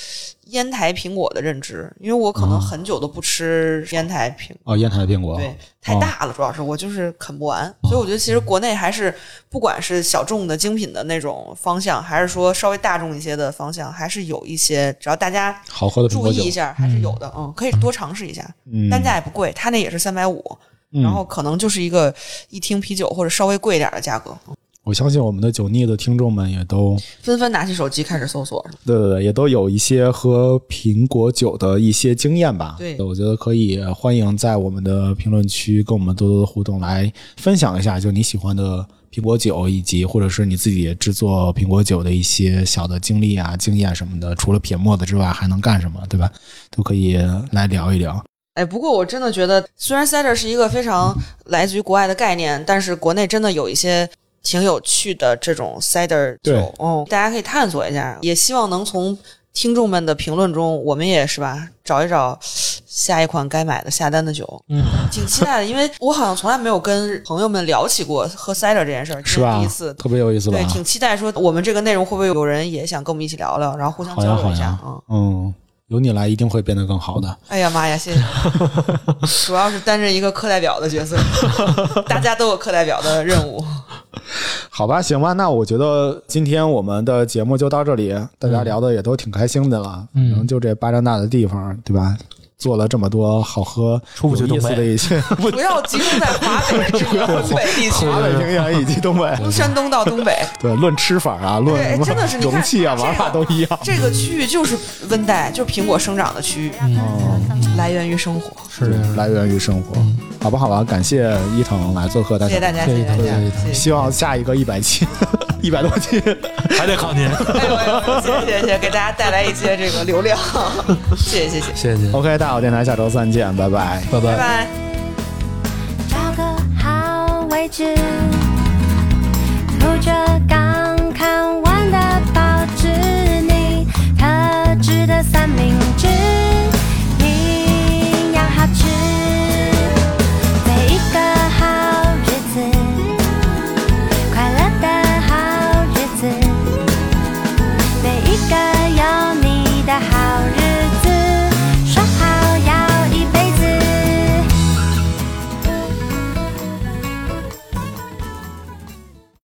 烟台苹果的认知，因为我可能很久都不吃烟台苹果。 烟台苹果对，太大了，主要是我就是啃不完，所以我觉得其实国内还是不管是小众的精品的那种方向，还是说稍微大众一些的方向，还是有一些，只要大家好喝的注意一下，还是有的。可以多尝试一下，单价也不贵，它那也是350，然后可能就是一个一听啤酒或者稍微贵一点的价格。 我相信我们的酒腻的听众们也都纷纷拿起手机开始搜索。 对，也都有一些喝苹果酒的一些经验吧。 对， 我觉得可以欢迎在我们的评论区跟我们多多的互动，来分享一下就你喜欢的苹果酒，以及或者是你自己制作苹果酒的一些小的经历啊、经验什么的。除了撇沫子之外还能干什么，对吧？都可以来聊一聊。 不过我真的觉得，虽然 cider 是一个非常来自于国外的概念，但是国内真的有一些挺有趣的这种 cider 酒，大家可以探索一下，也希望能从听众们的评论中，我们也是吧，找一找下一款该买的下单的酒。挺期待的，因为我好像从来没有跟朋友们聊起过喝 cider 这件事儿， 是吧？ 第一次， 特别有意思吧？ 对，挺期待说我们这个内容会不会有人也想跟我们一起聊聊，然后互相交流一下。 由你来一定会变得更好的。 哎呀妈呀，谢谢！主要是担任一个课代表的角色，大家都有课代表的任务。 好吧，行吧，那我觉得今天我们的节目就到这里，大家聊的也都挺开心的了。反正就这巴掌大的地方，对吧？做了这么多好喝、有意思的一些， 不要集中在华北，主要东北地区， 华北平原以及东北， 从山东到东北， 对，论吃法啊，论真的是容器啊，玩法都一样。 这个区域就是温带，就是苹果生长的区域，来源于生活， 是来源于生活。好吧，好吧，感谢伊藤来做客， 谢谢大家，谢谢大家， 希望下一个100期，100多期还得靠您。 谢谢，给大家带来一些这个流量，谢谢。 OK， 大好电台下周3见，拜拜， 拜拜， 拜拜。 找个好位置，铺着高